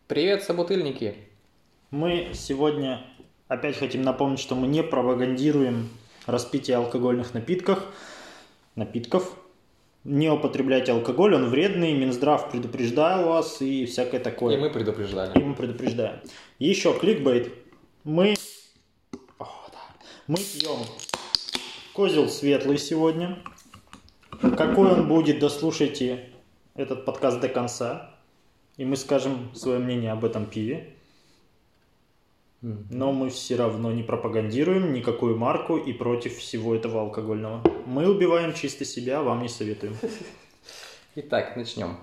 Привет, собутыльники! Мы сегодня опять хотим напомнить, что мы не пропагандируем распитие алкогольных напитков. Не употребляйте алкоголь, он вредный, Минздрав предупреждал вас и всякое такое. И мы предупреждали. И мы предупреждаем. Еще кликбейт. Мы пьем козел светлый сегодня. Какой он будет, дослушайте этот подкаст до конца. И мы скажем свое мнение об этом пиве. Но мы все равно не пропагандируем никакую марку и против всего этого алкогольного. Мы убиваем чисто себя, вам не советуем. Итак, начнем.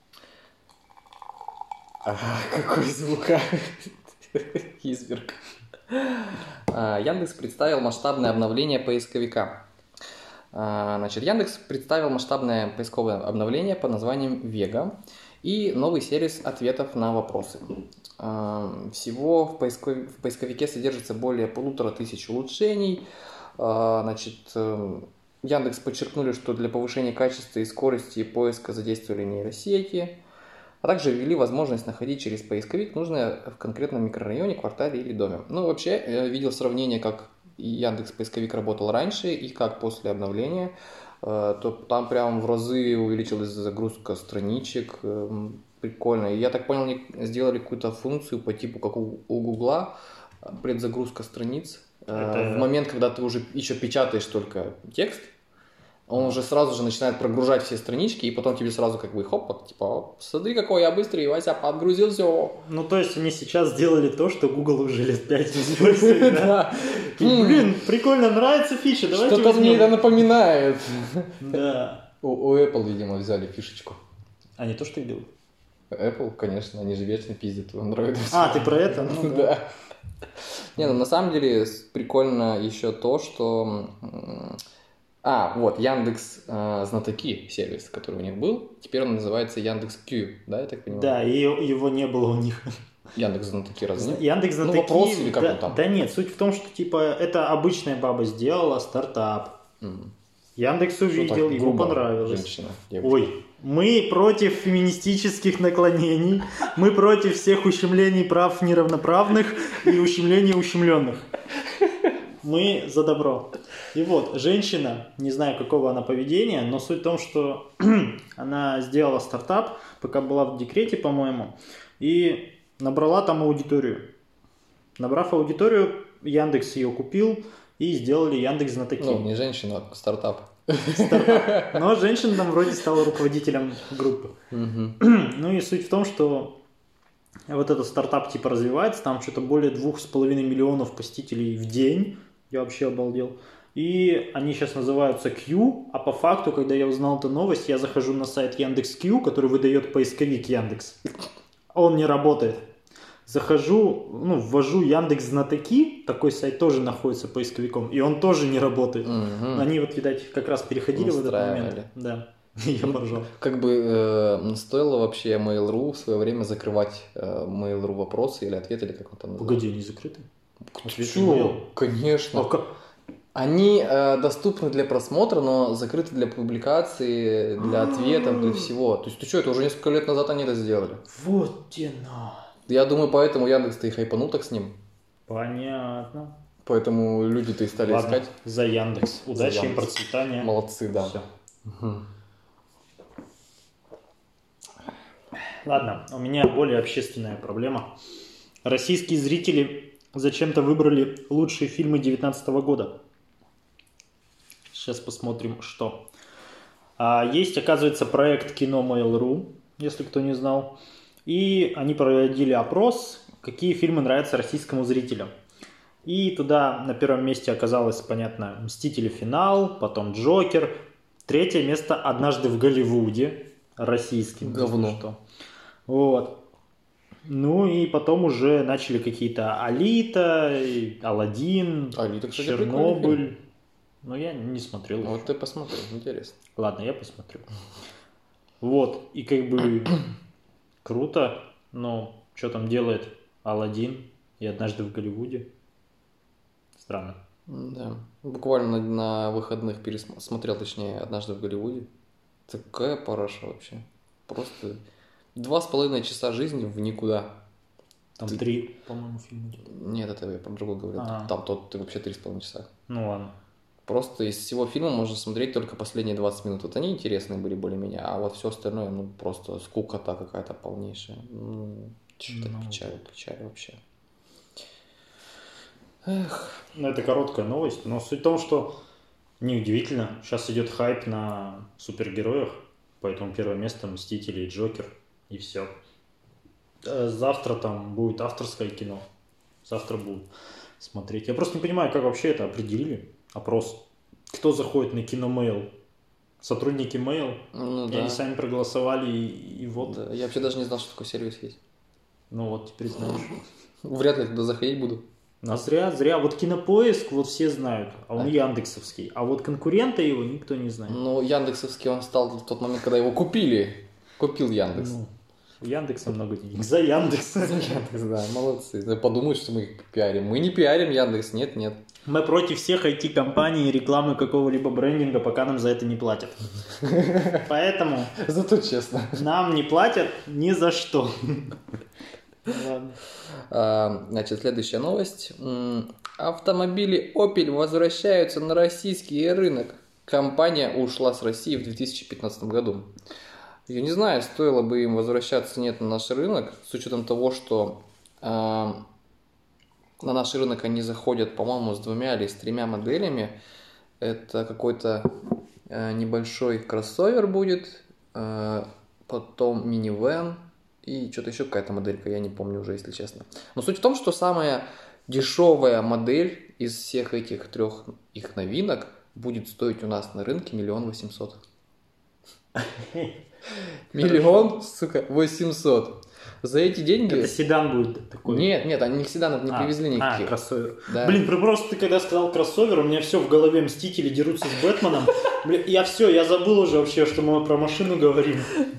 Какой звук! Изверг. Яндекс представил масштабное обновление поисковика. Яндекс представил масштабное поисковое обновление под названием Vega и новый сервис ответов на вопросы. Всего в поисковике содержится более 1500 улучшений. Яндекс подчеркнули, что для повышения качества и скорости поиска задействовали нейросети, а также ввели возможность находить через поисковик нужное в конкретном микрорайоне, квартале или доме. Вообще, я видел сравнение, как Яндекс поисковик работал раньше и как после обновления. То там прям в разы увеличилась загрузка страничек. Прикольно. И я так понял, они сделали какую-то функцию по типу, как у Гугла, предзагрузка страниц. В момент, когда ты уже еще печатаешь только текст, он уже сразу же начинает прогружать все странички, и потом тебе сразу смотри, какой я быстрый, Вася, подгрузил все. То есть они сейчас сделали то, что Google уже лет 5 использует, да? Блин, прикольно, нравится фича, давайте что-то мне это напоминает. Да. У Apple, видимо, взяли фишечку. А не то, что их делают? Apple, конечно, они же вечно пиздят в Android. Ты про это? Да. На самом деле прикольно еще то, что... Яндекс Знатоки сервис, который у них был, теперь он называется Яндекс.Кью, да, я так понимаю? Да, и его не было у них. Яндекс Знатоки разве нет? Яндекс Знатоки... вопрос или как он там? Да нет, суть в том, что это обычная баба сделала стартап. Яндекс увидел, ему понравилось. Женщина, Ой, мы против феминистических наклонений, мы против всех ущемлений прав неравноправных и ущемлений ущемленных. Мы за добро. И женщина, не знаю, какого она поведения, но суть в том, что она сделала стартап, пока была в декрете, по-моему, и набрала там аудиторию. Набрав аудиторию, Яндекс ее купил и сделали Яндекс Знатоки. Не женщина, а стартап. Но женщина там вроде стала руководителем группы. И суть в том, что этот стартап развивается, там что-то более 2,5 миллионов посетителей в день. Я вообще обалдел. И они сейчас называются Q, а по факту, когда я узнал эту новость, я захожу на сайт Яндекс.Кью, который выдает поисковик Яндекс. Он не работает. Захожу, ввожу Яндекс Знатоки, такой сайт тоже находится поисковиком, и он тоже не работает. Они видать, как раз переходили в этот момент. Да, я поржал. Стоило вообще Mail.ru в свое время закрывать Mail.ru вопросы или ответы, или как он там называется? Погоди, они закрыты? Чё? Конечно. Они доступны для просмотра, но закрыты для публикации, для ответов, для всего. То есть ты что, это уже несколько лет назад они это сделали? Вот тена. Я думаю, поэтому Яндекс-то и хайпанул так с ним. Понятно. Поэтому люди-то и стали искать. За Яндекс. Удачи им, процветания. Молодцы, да. Все. Ладно, у меня более общественная проблема. Российские зрители зачем-то выбрали лучшие фильмы 2019 года. Сейчас посмотрим, что. Есть, оказывается, проект Кино Mail.ru, если кто не знал. И они проводили опрос, какие фильмы нравятся российскому зрителю. И туда на первом месте оказалось, понятно, «Мстители. Финал», потом «Джокер». Третье место «Однажды в Голливуде». Российский. Говно. И потом уже начали какие-то «Алита», «Аладдин», «Алита», кстати, «Чернобыль». Но я не смотрел. Вот ты посмотри, интересно. Ладно, я посмотрю. И круто, но что там делает «Аладдин» и «Однажды в Голливуде»? Странно. Да. Буквально на выходных смотрел, точнее, «Однажды в Голливуде». Такая параша вообще. Просто 2,5 часа жизни в никуда. Там 3, по-моему, фильма идет. Нет, это я про другой говорю. Там ты вообще 3,5 часа. Ну ладно. Просто из всего фильма можно смотреть только последние 20 минут. Вот они интересные были более-менее, а вот все остальное, ну, просто скукота какая-то полнейшая. Что-то печаль вообще. Эх. Ну, это короткая новость, но суть в том, что неудивительно, сейчас идет хайп на супергероях, поэтому первое место Мстители и Джокер, и все. Завтра там будет авторское кино. Завтра будут смотреть. Я просто не понимаю, как вообще это определили. Опрос. Кто заходит на Киномейл? Сотрудники Mail. Ну, и они сами проголосовали, и вот. Да. Я вообще даже не знал, что такой сервис есть. Ну вот, теперь знаешь. Вряд ли туда заходить буду. А зря. Вот Кинопоиск вот все знают, а он яндексовский. А вот конкурента его никто не знает. Ну, яндексовский он стал в тот момент, когда его купили. Купил Яндекс. Ну, у Яндекса много денег. За Яндекс. За Яндекс, да, молодцы. Подумают, что мы их пиарим. Мы не пиарим Яндекс, нет. Мы против всех IT-компаний и рекламы какого-либо брендинга, пока нам за это не платят. Поэтому... Зато честно. Нам не платят ни за что. Ладно. Значит, следующая новость. Автомобили Opel возвращаются на российский рынок. Компания ушла с России в 2015 году. Я не знаю, стоило бы им возвращаться нет на наш рынок, с учетом того, что на наш рынок они заходят, по-моему, с 2 или с 3 моделями. Это какой-то небольшой кроссовер будет, потом минивэн и что-то еще какая-то моделька, я не помню уже, если честно. Но суть в том, что самая дешевая модель из всех этих 3 их новинок будет стоить у нас на рынке 1 800 000. 1 800 000. За эти деньги... Это седан будет такой? Нет, они седанов не привезли никаких. Кроссовер. Да. Блин, просто ты когда сказал кроссовер, у меня все в голове Мстители дерутся с Бэтменом. Блин, я забыл уже вообще, что мы про машину говорим.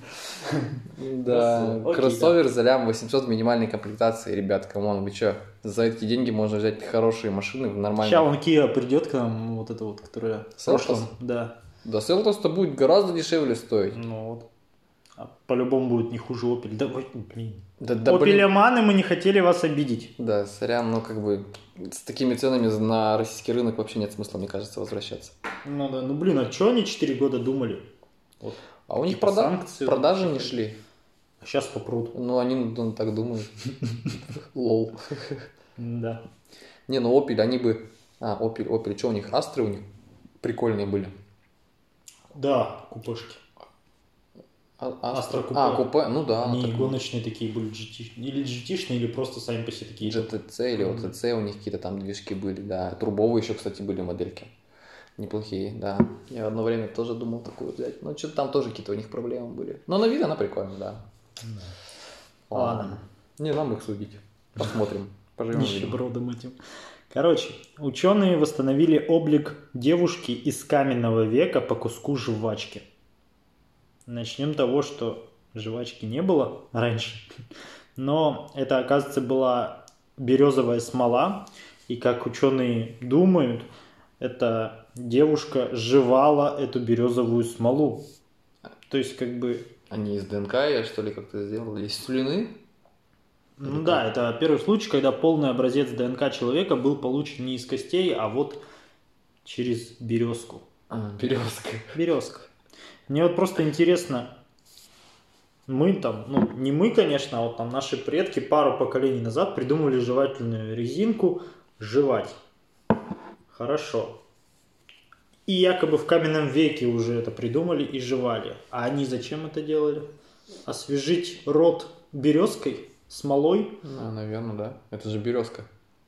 Да, кроссовер за 1 800 000 в минимальной комплектации. Ребят, камон, вы что? За эти деньги можно взять хорошие машины в нормальном... Сейчас вон Kia придет к нам, вот это вот, которая в прошлом. Да. Да, Селтос-то будет гораздо дешевле стоить. Ну вот. А по-любому будет не хуже Opel. Да, блин. Да, Опелеманы, мы не хотели вас обидеть. Да, сорян, но как бы с такими ценами на российский рынок вообще нет смысла, мне кажется, возвращаться. Ну да, ну блин, а что они 4 года думали? Вот. А у них санкции, продажи не шли. А сейчас попрут. Ну, они так думают. Лол. Да. Не, ну Opel, они бы... Opel, что у них? Астры у них прикольные были. Да, купешки. Астра купе. Купе, ну да. Они гоночные такие были, или GT-шные, или просто сами по себе такие. GTC или OTC у них какие-то там движки были, да. Турбовые еще, кстати, были модельки. Неплохие, да. Я одно время тоже думал такую взять. Но что-то там тоже какие-то у них проблемы были. Но на вид она прикольная, да. Ладно. Не нам их судить. Посмотрим. Поживем. Нищебродом этим. Короче, ученые восстановили облик девушки из каменного века по куску жвачки. Начнем с того, что жвачки не было раньше, но это, оказывается, была березовая смола, и как ученые думают, эта девушка жевала эту березовую смолу. То есть, как бы... Они из ДНК, я что ли, как-то сделал? Из слюны? Ну да, это первый случай, когда полный образец ДНК человека был получен не из костей, а вот через березку. Березка. Березка. Мне вот просто интересно, мы там, ну не мы, конечно, а вот там наши предки пару поколений назад придумали жевательную резинку жевать. Хорошо. И якобы в каменном веке уже это придумали и жевали. А они зачем это делали? Освежить рот березкой, смолой? Наверное, да. Это же березка.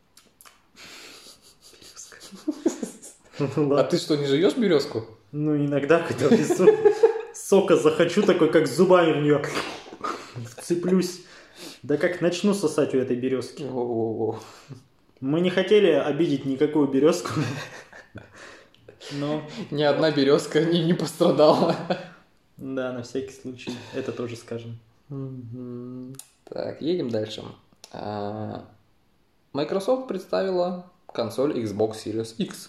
А ты что, не жуешь березку? Ну, иногда, когда в лесу сока захочу, такой, как зубами в нее вцеплюсь. Да как начну сосать у этой березки. Мы не хотели обидеть никакую березку. Но... Ни одна березка не пострадала. Да, на всякий случай. Это тоже скажем. Так, едем дальше. Microsoft представила консоль Xbox Series X.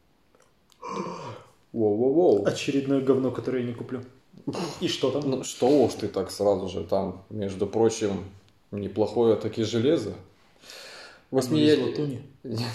Воу-воу-воу. Очередное говно, которое я не куплю. И что там? Ну, что уж ты так сразу же там, между прочим, Неплохое таки железо. Латуни.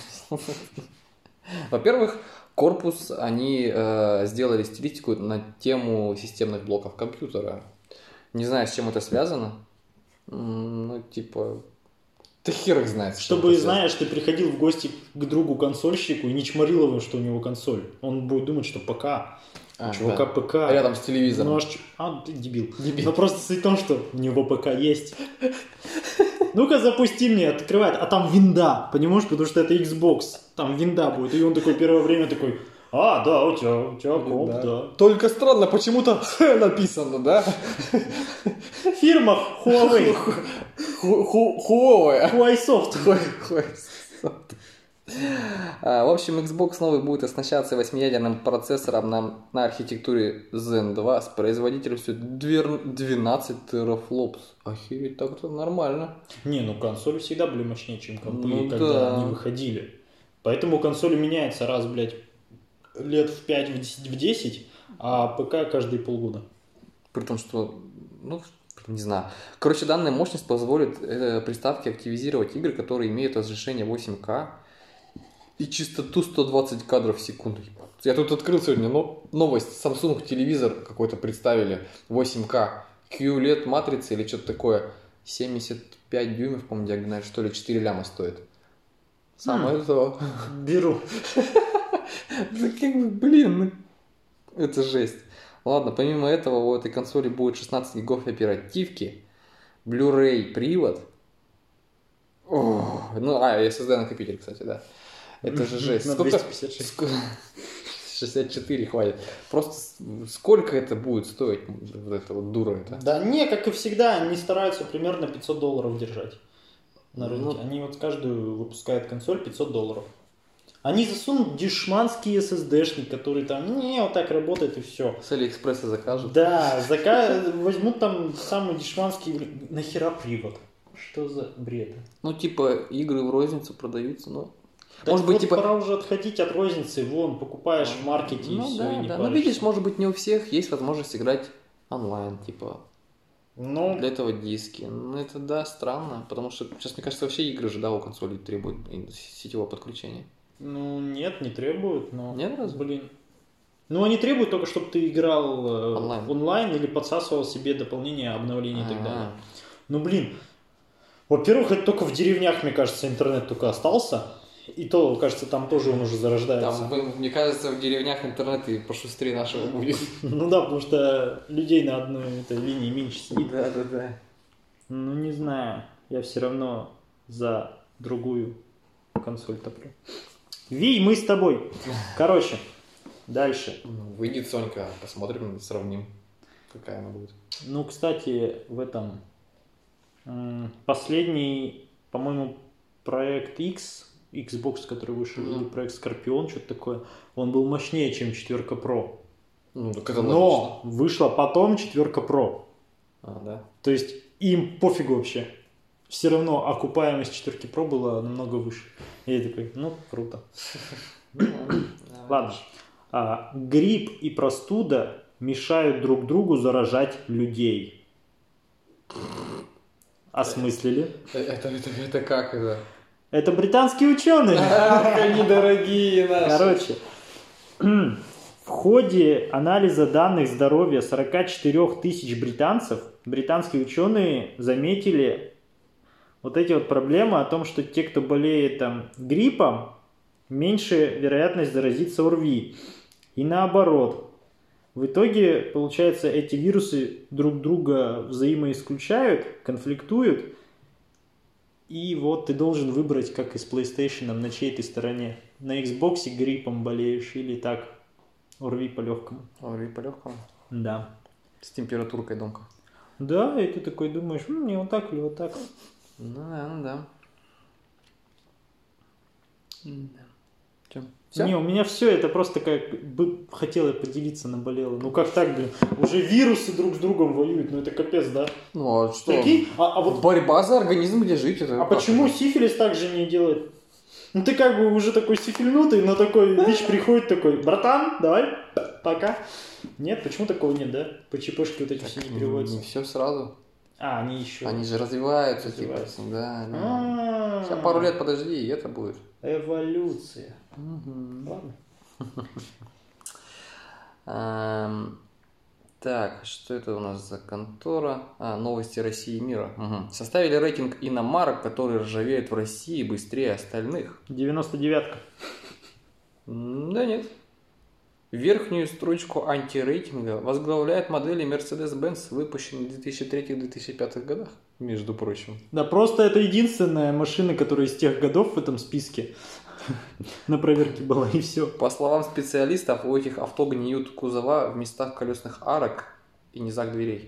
Во-первых, корпус они сделали стилистику на тему системных блоков компьютера. Не знаю, с чем это связано. Ну, типа... Ты хер их знает. Чтобы, знаешь, ты приходил в гости к другу-консольщику и не чморил его, что у него консоль. Он будет думать, что ПК. У чувака да. ПК. Рядом с телевизором. Ты дебил. Но просто суть в том, что у него ПК есть. Ну-ка запусти мне, открывает, а там винда, понимаешь, потому что это Xbox, там винда будет. И он такой первое время такой, да, у тебя комп, да. Только странно, почему-то написано, да? Фирма Huawei. Huawei. Huawei-софт. В общем, Xbox новый будет оснащаться 8-ядерным процессором на архитектуре Zen 2 с производительностью 12 терафлопс. Охереть, так-то нормально. Не, ну консоли всегда были мощнее, чем компы, когда они выходили. Поэтому консоли меняются раз, блядь, лет в 5, в 10, а ПК каждые полгода. При том, что, не знаю. Короче, данная мощность позволит приставке активизировать игры, которые имеют разрешение 8К и частоту 120 кадров в секунду. Я тут открыл сегодня новость. Samsung телевизор какой-то представили 8К. QLED матрица или что-то такое. 75 дюймов, по-моему, диагональ, что ли, 4 ляма стоит. Самое то. Беру. Блин, это жесть. Ладно, помимо этого у этой консоли будет 16 гигов оперативки, Blu-ray привод. И SSD накопитель, кстати, да. Это же жесть. На 256. 64 хватит. Просто сколько это будет стоить, вот эта вот дура это? Да не, как и всегда, они стараются примерно $500 держать на рынке. Они вот каждую выпускают консоль $500. Они засунут дешманский SSD-шник, который там, вот так работает и все. С Алиэкспресса закажут. Да, возьмут там самый дешманский, нахера привод? Что за бред? Игры в розницу продаются, Так может быть, пора уже отходить от розницы, покупаешь в маркете и все, и не паришься. Видишь, может быть, не у всех есть возможность играть онлайн, для этого диски. Это, да, странно, потому что сейчас, мне кажется, вообще игры же, у консолей требуют сетевого подключения. Нет, не требуют, но... Нет, разве? Блин. Они требуют только, чтобы ты играл онлайн или подсасывал себе дополнение, обновления и так далее. Во-первых, это только в деревнях, мне кажется, интернет только остался. И то, кажется, там тоже он уже зарождается. Мне кажется, в деревнях интернет и пошустрее нашего будет. Потому что людей на одной этой линии меньше сидит. Да. Не знаю. Я все равно за другую консоль топлю. Вий, мы с тобой. Короче, дальше. Выйдет Сонька, посмотрим, сравним, какая она будет. Кстати, в этом последний, по-моему, проект X, Xbox, который вышел, или проект Scorpion, что-то такое, он был мощнее, чем 4 Pro. Но вышла потом 4 Pro. Да? То есть им пофигу вообще. Все равно окупаемость 4 Pro была намного выше. И я такой, круто. Ладно. Грипп и простуда мешают друг другу заражать людей. Осмыслили? Это как это? Это британские ученые. Они дорогие наши. Короче, в ходе анализа данных здоровья 44 тысяч британцев, британские ученые заметили вот эти вот проблемы о том, что те, кто болеет гриппом, меньше вероятность заразиться ОРВИ. И наоборот. В итоге, получается, эти вирусы друг друга взаимоисключают, конфликтуют. И вот ты должен выбрать, как и с PlayStation, на чьей ты стороне. На Xbox гриппом болеешь или так, ОРВИ по-легкому. ОРВИ по-легкому? Да. С температуркой домка. Да, и ты такой думаешь, мне вот так или вот так. Да. Все? Не, у меня все, это просто как бы хотела поделиться, наболело. Как так, блин? Уже вирусы друг с другом воюют, это капец, да? А что? Прикинь, вот борьба за организм, где жить. Это почему сифилис так же не делает? Ты как бы уже такой сифильнутый, но такой ВИЧ приходит такой, братан, давай, пока. Нет, почему такого нет, да? По ЧПшке вот эти все не переводятся. Не все сразу. Они еще... Они же развиваются, типа, да. Сейчас пару лет подожди, и это будет. Эволюция. Ладно. Так, что это у нас за контора? Новости России и мира. Составили рейтинг иномарок, которые ржавеют в России быстрее остальных. 99-ка. Да нет. Верхнюю строчку антирейтинга возглавляет модели Mercedes-Benz, выпущенные в 2003-2005 годах, между прочим. Да просто это единственная машина, которая из тех годов в этом списке на проверке была, и все. По словам специалистов, у этих авто гниют кузова в местах колесных арок и низах дверей.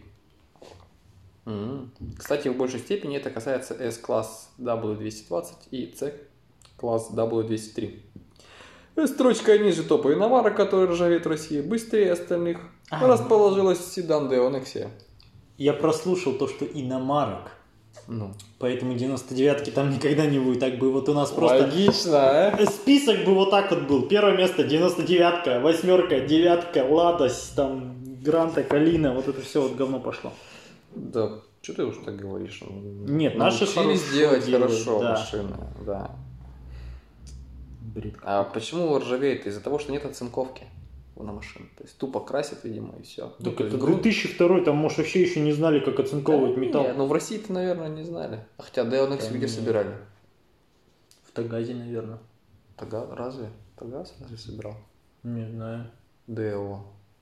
Кстати, в большей степени это касается S-класс W220 и C-класс W203. Строчка ниже топа иномарок, которые ржавеют в России быстрее остальных, расположилась седан Део Nexia. Я прослушал то, что иномарок. Поэтому 99-ки там никогда не будет. Так бы вот у нас просто... Логично, Список бы вот так вот был. Первое место 99-ка, 8-ка, 9-ка, Лада, там, Гранта, Калина. Вот это все вот говно пошло. Да, что ты уж так говоришь? Нет, наши научились делать хорошо машины, да. Бред. А почему ржавеет? Из-за того, что нет оцинковки на машину. То есть тупо красят, видимо, и все. Так это 2002, там, может, вообще еще не знали, как оцинковывать металл. Нет, в России-то, наверное, не знали. Хотя Део Nexia где собирали? В Тагазе, наверное. Разве? Тагаз разве собирал? Не знаю. Део.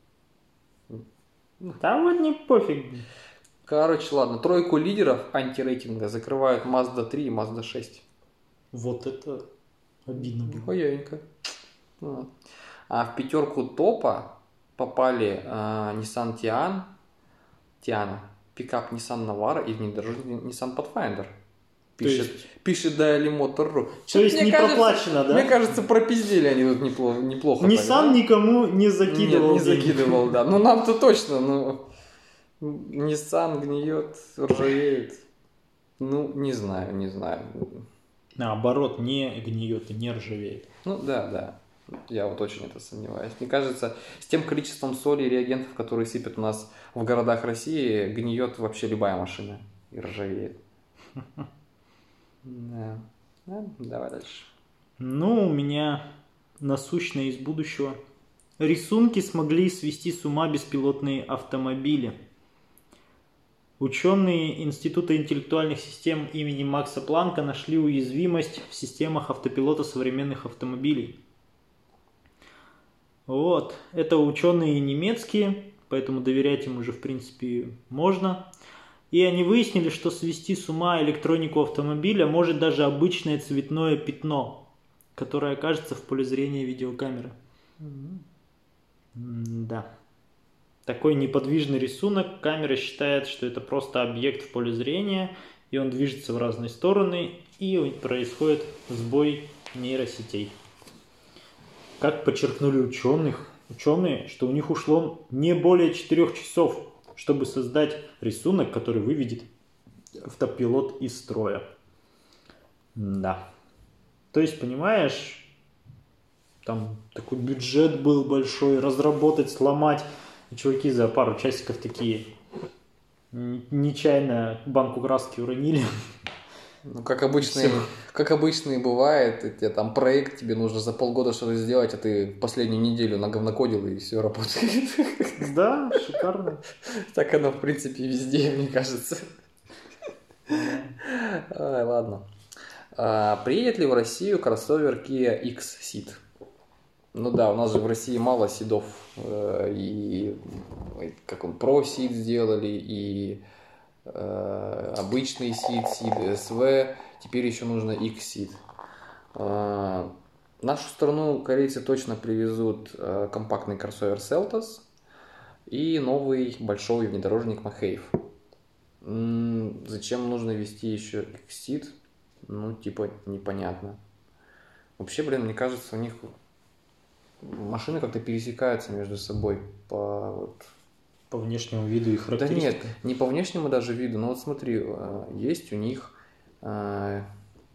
Да вот не пофиг. Короче, ладно. Тройку лидеров антирейтинга закрывают Mazda 3 и Mazda 6. Вот это обидно было. Охуенько. А в пятерку топа попали Nissan Tiana, пикап Nissan Navara и внедорожник Nissan Pathfinder. Пишет Daily Motor.ru. То есть не проплачено, да? Мне кажется, пропиздили они тут неплохо. Nissan никому не закидывал. Нет, не закидывал, да. Ну нам-то точно, Nissan гниет, ржавеет. Не знаю. Наоборот, не гниет и не ржавеет. Да. Я вот очень это сомневаюсь. Мне кажется, с тем количеством соли и реагентов, которые сыпят у нас в городах России, гниет вообще любая машина и ржавеет. Да. Давай дальше. У меня насущное из будущего. Рисунки смогли свести с ума беспилотные автомобили. Ученые Института интеллектуальных систем имени Макса Планка нашли уязвимость в системах автопилота современных автомобилей. Вот. Это ученые немецкие, поэтому доверять им уже в принципе можно. И они выяснили, что свести с ума электронику автомобиля может даже обычное цветное пятно, которое окажется в поле зрения видеокамеры. Да. Такой неподвижный рисунок, камера считает, что это просто объект в поле зрения, и он движется в разные стороны, и происходит сбой нейросетей. Как подчеркнули ученые, что у них ушло не более 4 часов, чтобы создать рисунок, который выведет автопилот из строя. Да. То есть, понимаешь, там такой бюджет был большой, разработать, сломать. И чуваки за пару часиков такие нечаянно банку краски уронили. Как обычно и бывает, там проект, тебе нужно за полгода что-то сделать, а ты последнюю неделю наговнокодил, и все работает. Да, шикарно. Так оно, в принципе, везде, мне кажется. Ладно. Приедет ли в Россию кроссовер Kia X-Ceed? У нас же в России мало сидов, и как он, Pro Ceed сделали, и обычный Ceed, Ceed SV, теперь еще нужно X-Ceed. Нашу страну корейцы точно привезут компактный кроссовер Seltos и новый большой внедорожник Machave. Зачем нужно везти еще X-Ceed? Непонятно. Вообще, мне кажется, у них машины как-то пересекаются между собой по внешнему виду и характеристикам. Да нет, не по внешнему даже виду, но вот смотри, есть у них Kia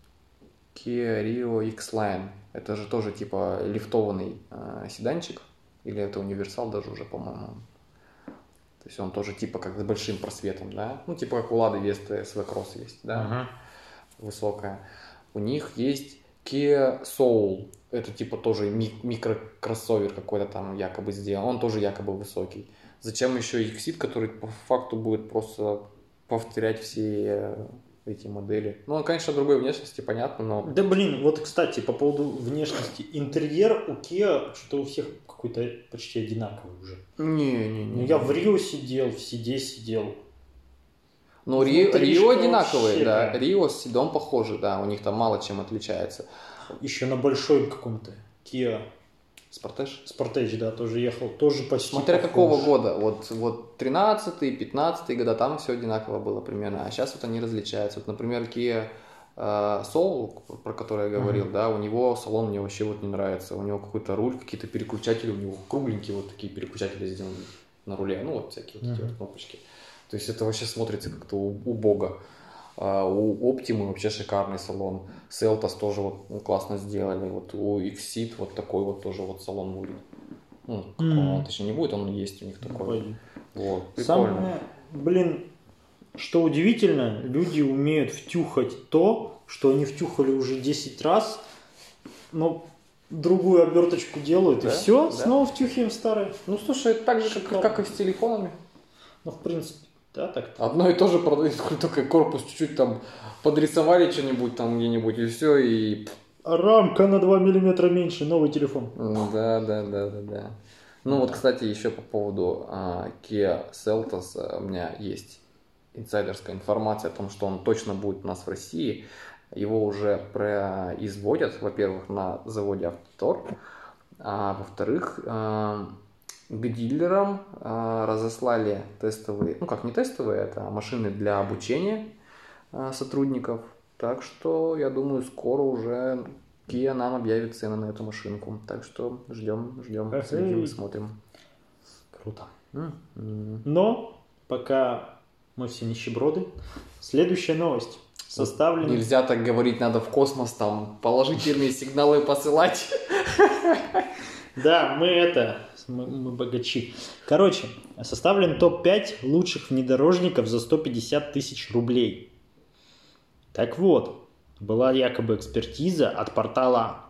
Rio X-Line. Это же тоже типа лифтованный седанчик, или это универсал даже уже, по-моему. То То есть он тоже типа как с большим просветом, да. Ну, типа как у Лады Весты SV-Cross есть, да, высокая. У них есть Kia Soul. Это типа тоже микрокроссовер какой-то там якобы сделан. Он тоже якобы высокий. Зачем еще Exit, который по факту будет просто повторять все эти модели. Ну, он, конечно, другой внешности, понятно, но... Да, блин, вот, кстати, по поводу внешности. Интерьер у Kia, что у всех какой-то почти одинаковый уже. Не. Ну, я в Рио сидел, в Сиде сидел. Ну, Рио одинаковые, вообще, да. прям. Рио с Сидом похожи, да. У них там мало чем отличается. Еще на большой каком-то Kia Sportage, да, тоже ехал. Тоже почти Смотря похож. какого года. Вот 13-й, 15-й года, там все одинаково было примерно. А сейчас вот они различаются. Вот, например, Kia Soul, про который я говорил, да, у него салон мне вообще вот не нравится. У него какой-то руль, какие-то переключатели, у него кругленькие вот такие переключатели сделаны на руле. Ну, вот всякие вот эти вот кнопочки. То есть это вообще смотрится как-то убого. У Optima вообще шикарный салон. Seltos тоже вот классно сделали. Вот у Exit вот такой вот тоже вот салон будет. Ну, он точнее не будет, он есть у них такой. Вот, прикольно. Самое, блин, что удивительно, люди умеют втюхать то, что они втюхали уже 10 раз, но другую оберточку делают, да? и все, да. снова втюхиваем старое. Ну, слушай, это так же, как и с телефонами. Ну, в принципе, да, так. Одно и то же продают, только корпус чуть-чуть там подрисовали что-нибудь там где-нибудь, и все, и... Рамка на 2 миллиметра меньше, новый телефон. Да. Ну вот, кстати, еще по поводу Kia Seltos у меня есть инсайдерская информация о том, что он точно будет у нас в России. Его уже производят, во-первых, на заводе Автотор, а во-вторых, к дилерам разослали тестовые, ну как не тестовые, это машины для обучения сотрудников. Так что, я думаю, скоро уже Kia нам объявит цены на эту машинку. Так что ждем, следим и смотрим. Круто. Но пока мы все нищеброды, следующая новость. Составлена... Нельзя так говорить, надо в космос там положительные сигналы посылать. Да, мы богачи. Короче, составлен топ-5 лучших внедорожников за 150 тысяч рублей. Так вот, была якобы экспертиза от портала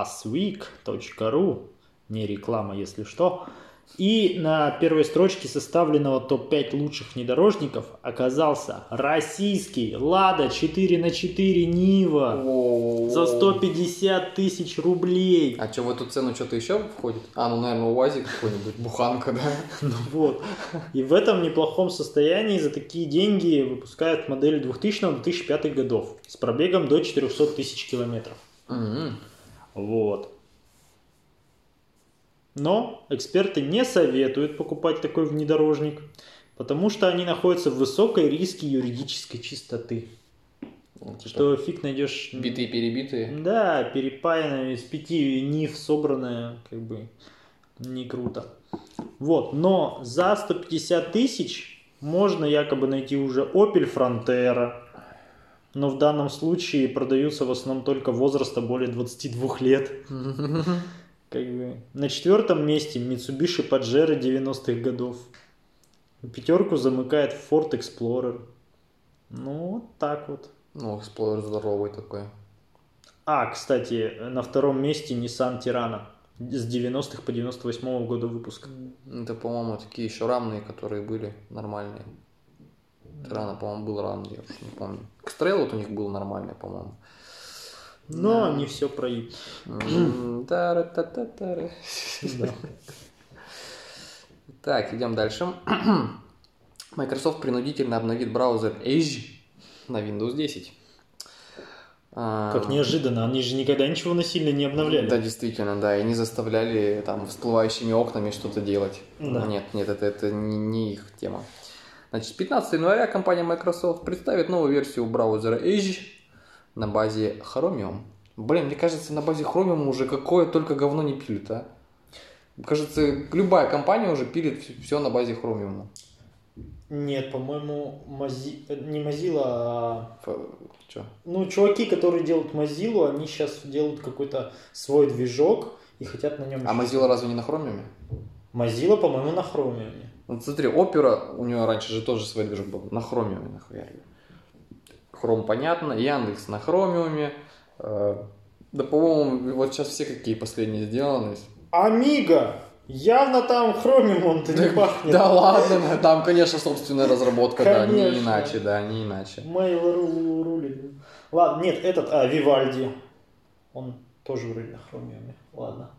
casweek.ru, не реклама, если что, и на первой строчке составленного топ-5 лучших внедорожников оказался российский Lada 4х4 Niva за 150 тысяч рублей. А что, в эту цену что-то еще входит? Ну, наверное, УАЗик какой-нибудь, буханка, да? Ну вот. И в этом неплохом состоянии за такие деньги выпускают модели 2000-2005 годов с пробегом до 400 тысяч километров. Вот. Но эксперты не советуют покупать такой внедорожник, потому что они находятся в высокой риске юридической чистоты. Что фиг найдешь... Битые-перебитые. Да, перепаянные, из 5 нив собранные, как бы не круто. Вот, но за 150 тысяч можно якобы найти уже Opel Frontera. Но в данном случае продаются в основном только возраста более 22 лет. Как бы. На 4-м месте Mitsubishi Pajero 90-х годов. 5-ку замыкает Ford Explorer. Ну, вот так вот. Ну, Explorer здоровый такой. Кстати, на 2-м месте Nissan Tirana. С 90-х по 98 года выпуска. Это, по-моему, такие еще рамные, которые были нормальные. Tirana, по-моему, был рамный, я уж не помню. X-Trail вот у них был нормальный, по-моему. Но не все проют. Так, идем дальше. Microsoft принудительно обновит браузер Edge на Windows 10. Как неожиданно, они же никогда ничего насильно не обновляли. Да, действительно, да, и не заставляли там всплывающими окнами что-то делать. Да. Нет, это не их тема. Значит, 15 января компания Microsoft представит новую версию браузера Edge на базе Chromium. Блин, мне кажется, на базе Chromium уже какое только говно не пилит, а? Кажется, любая компания уже пилит все на базе Chromium. Нет, по-моему, не Mozilla, а... Что? Ну, чуваки, которые делают Mozilla, они сейчас делают какой-то свой движок и хотят на нем... А Mozilla разве не на Chromium? Mozilla, по-моему, на Chromium. Вот смотри, Opera, у него раньше же тоже свой движок был, на Chromium нахуярили. Chrome понятно, Яндекс на Chromium. Да, по-моему, вот сейчас все какие последние сделаны. Amiga! Явно там Chromium-то не пахнет. Да ладно, там, конечно, собственная разработка, да, не Конечно. иначе, да, не иначе. Mail.ru рулит. Ладно, нет, этот, Vivaldi. Он тоже вроде на Chromium. Ладно.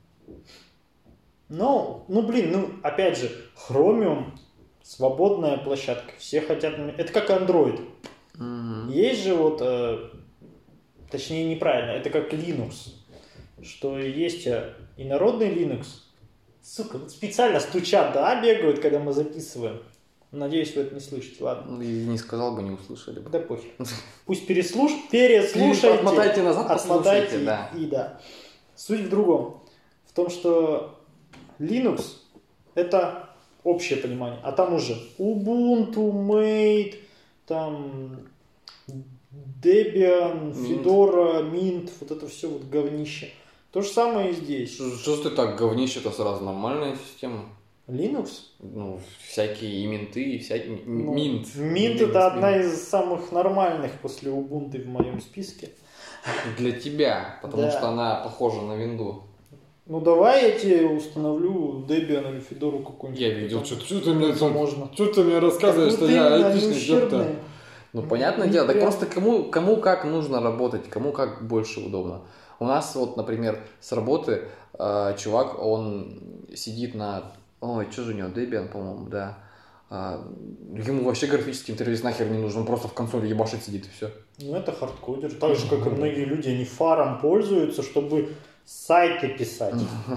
Ну, блин, опять же, Chromium свободная площадка. Все хотят... Это как Android. Есть же вот... Точнее, неправильно. Это как Linux. Что есть инородный Linux. Сука, вот специально стучат, да, бегают, когда мы записываем. Надеюсь, вы это не слышите, ладно. И не сказал бы, не услышали бы. Да пофиг. Пусть переслушайте. Отмотайте назад, отмотайте, послушайте, да. И да. Суть в другом. В том, что Linux это общее понимание. А там уже Ubuntu, Mate, там Debian, Fedora, Mint, вот это все вот говнище. То же самое и здесь. Что ты так говнище-то сразу? Нормальная система. Linux? Ну, всякие и минты, и всякие... Mint. Mint это одна из самых нормальных после Ubuntu в моем списке. Для тебя, потому Да. что она похожа на винду. Ну давай я тебе установлю Debian или Fedora какой-нибудь. Я видел, что ты мне рассказываешь, что я айтишник. Ну, понятное дело, так просто кому как нужно работать, кому как больше удобно. У нас вот, например, с работы чувак, он сидит на... Ой, что же у него, Debian, по-моему, да. Ему вообще графический интерфейс нахер не нужен, он просто в консоли ебашит сидит и все. Ну это хардкодер. Так же, как и многие люди, они фаром пользуются, чтобы сайты писать.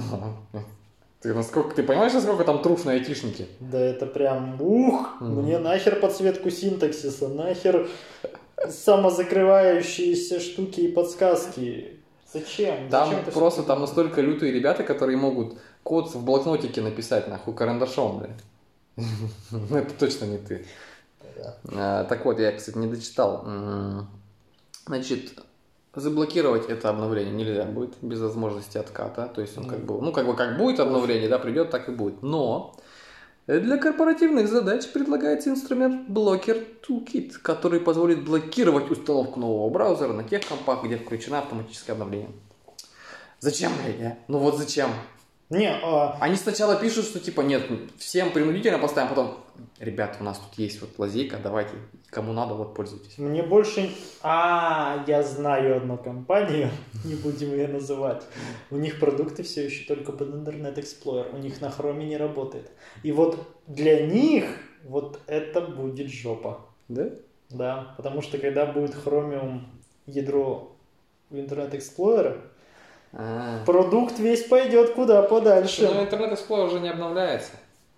Ты понимаешь, насколько там трушные айтишники? Да это прям, мне нахер подсветку синтаксиса, нахер самозакрывающиеся штуки и подсказки. Зачем? Там Зачем это просто все там настолько лютые ребята, которые могут код в блокнотике написать, нахуй, карандашом, блин. Это точно не ты. Так вот, я, кстати, не дочитал. Значит, заблокировать это обновление нельзя будет без возможности отката. То есть он как будет обновление, да, придет, так и будет. Но для корпоративных задач предлагается инструмент Blocker Toolkit, который позволит блокировать установку нового браузера на тех компах, где включено автоматическое обновление. Зачем, блядь? Ну вот зачем? Они сначала пишут, что типа нет, всем принудительно поставим, потом, ребята, у нас тут есть вот лазейка, давайте, кому надо, вот пользуйтесь. Мне больше... я знаю одну компанию, не будем ее называть. У них продукты все еще только под Internet Explorer, у них на Chrome не работает. И вот для них вот это будет жопа. Да? Да, потому что когда будет Chromium ядро в Internet Explorer, продукт весь пойдет куда подальше. Но Internet Explorer уже не обновляется.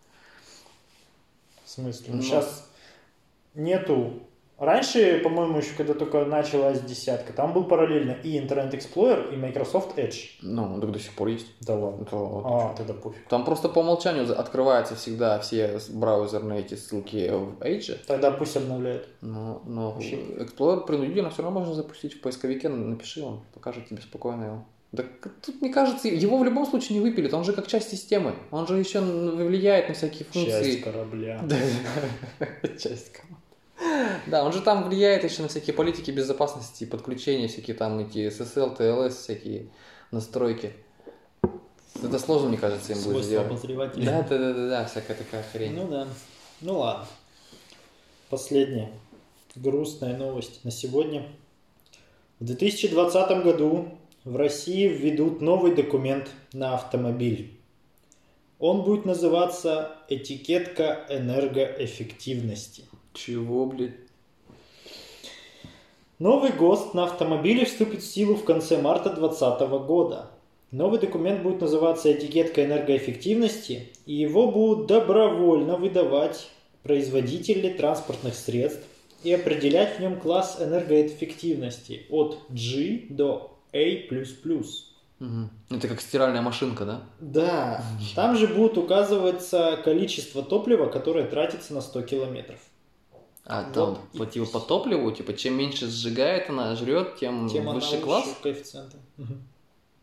В смысле? Сейчас нету. Раньше, по-моему, еще когда только началась десятка, там был параллельно и Internet Explorer, и Microsoft Edge. Ну, так до сих пор есть. Да ладно. Тогда пофиг. Там просто по умолчанию открываются всегда все браузерные эти ссылки в Edge. Тогда пусть обновляют. Но Explorer принудительно все равно можно запустить в поисковике. Напиши, он покажет тебе спокойно его. Да тут, мне кажется, его в любом случае не выпилят, он же как часть системы, он же еще влияет на всякие функции. Часть корабля. Часть корабля. Да, он же там влияет еще на всякие политики безопасности, подключения, всякие там эти SSL, TLS, всякие настройки. Это сложно, мне кажется, им будет сделать. Обозревателя. Да, всякая такая хрень. Ну да. Ну ладно. Последняя грустная новость на сегодня. В 2020 году в России введут новый документ на автомобиль. Он будет называться «Этикетка энергоэффективности». Чего, блядь? Новый ГОСТ на автомобиле вступит в силу в конце марта 2020 года. Новый документ будет называться «Этикетка энергоэффективности», и его будут добровольно выдавать производители транспортных средств и определять в нем класс энергоэффективности от G до A++. Это как стиральная машинка, да? Да, там же будет указываться количество топлива, которое тратится на 100 километров. Там по топливу, чем меньше сжигает она, жрет, тем выше класс? Коэффициенты.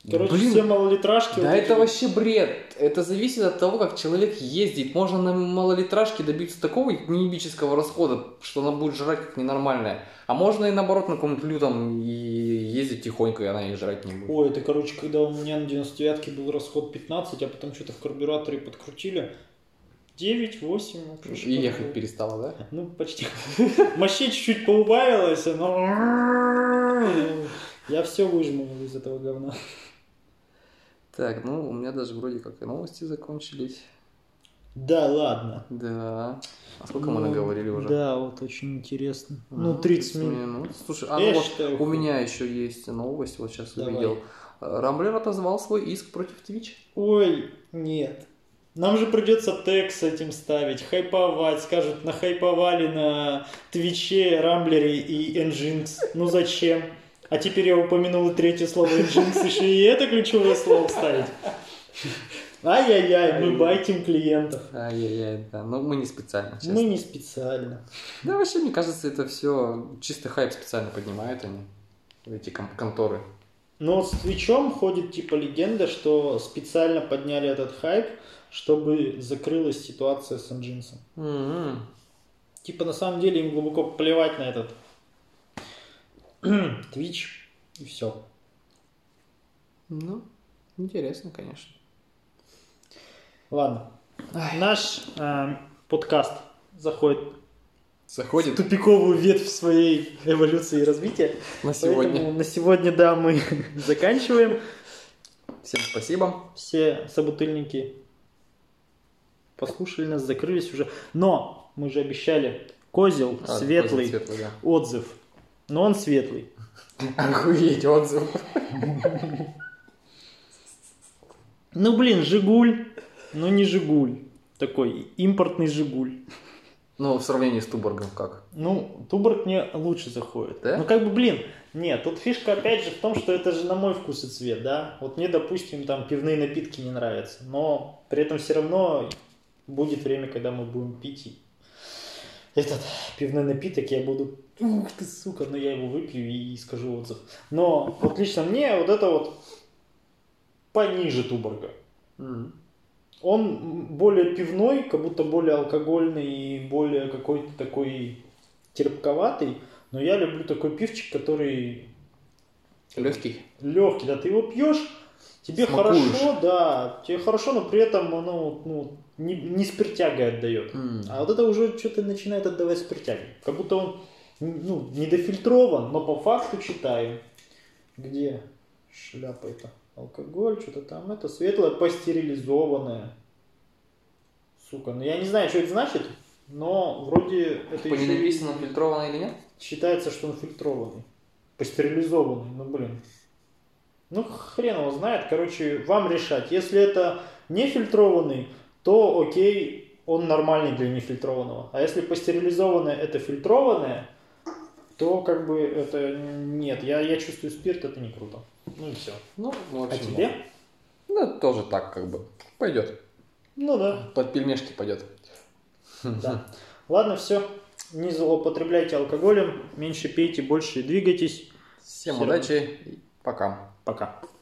Короче, все малолитражки. Да, это вообще бред. Это зависит от того, как человек ездит. Можно на малолитражке добиться такого неебического расхода, что она будет жрать как ненормальная. А можно и наоборот на каком-нибудь лютом и ездить тихонько, и она и жрать не будет. Ой, это, короче, когда у меня на 99-ке был расход 15, а потом что-то в карбюраторе подкрутили. 9-8. И ехать перестала, да? Ну, почти. Мощей чуть-чуть поубавилось, но... Я все выжму из этого говна. Так, ну, у меня даже вроде как и новости закончились. Да, ладно. Да. А сколько мы наговорили уже? Да, вот очень интересно. Ну, 30 минут. Слушай, вот у меня еще есть новость, вот сейчас увидел. Рамблер отозвал свой иск против Twitch. Ой, нет. Нам же придется тег с этим ставить, хайповать. Скажут, нахайповали на Твиче, Рамблере и Nginx. Ну зачем? А теперь я упомянул третье слово Nginx, еще и это ключевое слово вставить. Ай-яй-яй, мы байтим клиентов. Ай-яй-яй, да. Но мы не специально, честно. Мы не специально. Да, вообще, мне кажется, это все чисто хайп специально поднимают они, эти конторы. Но с Твичом ходит типа легенда, что специально подняли этот хайп, чтобы закрылась ситуация с Nginx. Mm-hmm. Типа на самом деле им глубоко плевать на этот Twitch и все. Ну, интересно, конечно. Ладно. Наш подкаст заходит в тупиковую ветвь своей эволюции и развития. На сегодня. Поэтому на сегодня, да, мы заканчиваем. Всем спасибо. Все собутыльники послушали нас, закрылись уже. Но мы же обещали козел светлый, да. отзыв. Но он светлый. Охуеть, отзыв. Ну, блин, Жигуль. Ну, не Жигуль. Такой импортный Жигуль. Ну, в сравнении с Туборгом как? Ну, Туборг мне лучше заходит. Да? Ну, как бы, блин, нет, тут фишка опять же в том, что это же на мой вкус и цвет, да. Вот мне, допустим, там пивные напитки не нравятся, но при этом все равно будет время, когда мы будем пить этот пивной напиток, я буду, ух ты, сука, но я его выпью и скажу отзыв. Но вот лично мне вот это вот пониже Туборга. Mm-hmm. Он более пивной, как будто более алкогольный и более какой-то такой терпковатый. Но я люблю такой пивчик, который... Легкий. Легкий, да, ты его пьешь, тебе смакуешь. Хорошо, да, тебе хорошо, но при этом оно не спиртягой отдает. А вот это уже что-то начинает отдавать спиртягой. Как будто он недофильтрован, но по факту читаем. Где шляпа это? Алкоголь, что-то там, это светлое, пастерилизованное. Сука, ну я не знаю, что это значит, но вроде это не написано, фильтрованное или нет? Считается, что он фильтрованный. Пастерилизованный, ну блин. Ну хрен его знает, короче, вам решать. Если это не фильтрованный, то окей, он нормальный для нефильтрованного. А если пастерилизованное это фильтрованное, то как бы это нет. Я чувствую спирт, это не круто. Ну и все. Ну, в общем, а тебе? Ну, тоже так как бы. Пойдет. Ну да. Под пельмешки пойдет. Да. Ладно, все. Не злоупотребляйте алкоголем, меньше пейте, больше двигайтесь. Всем удачи и пока. Пока.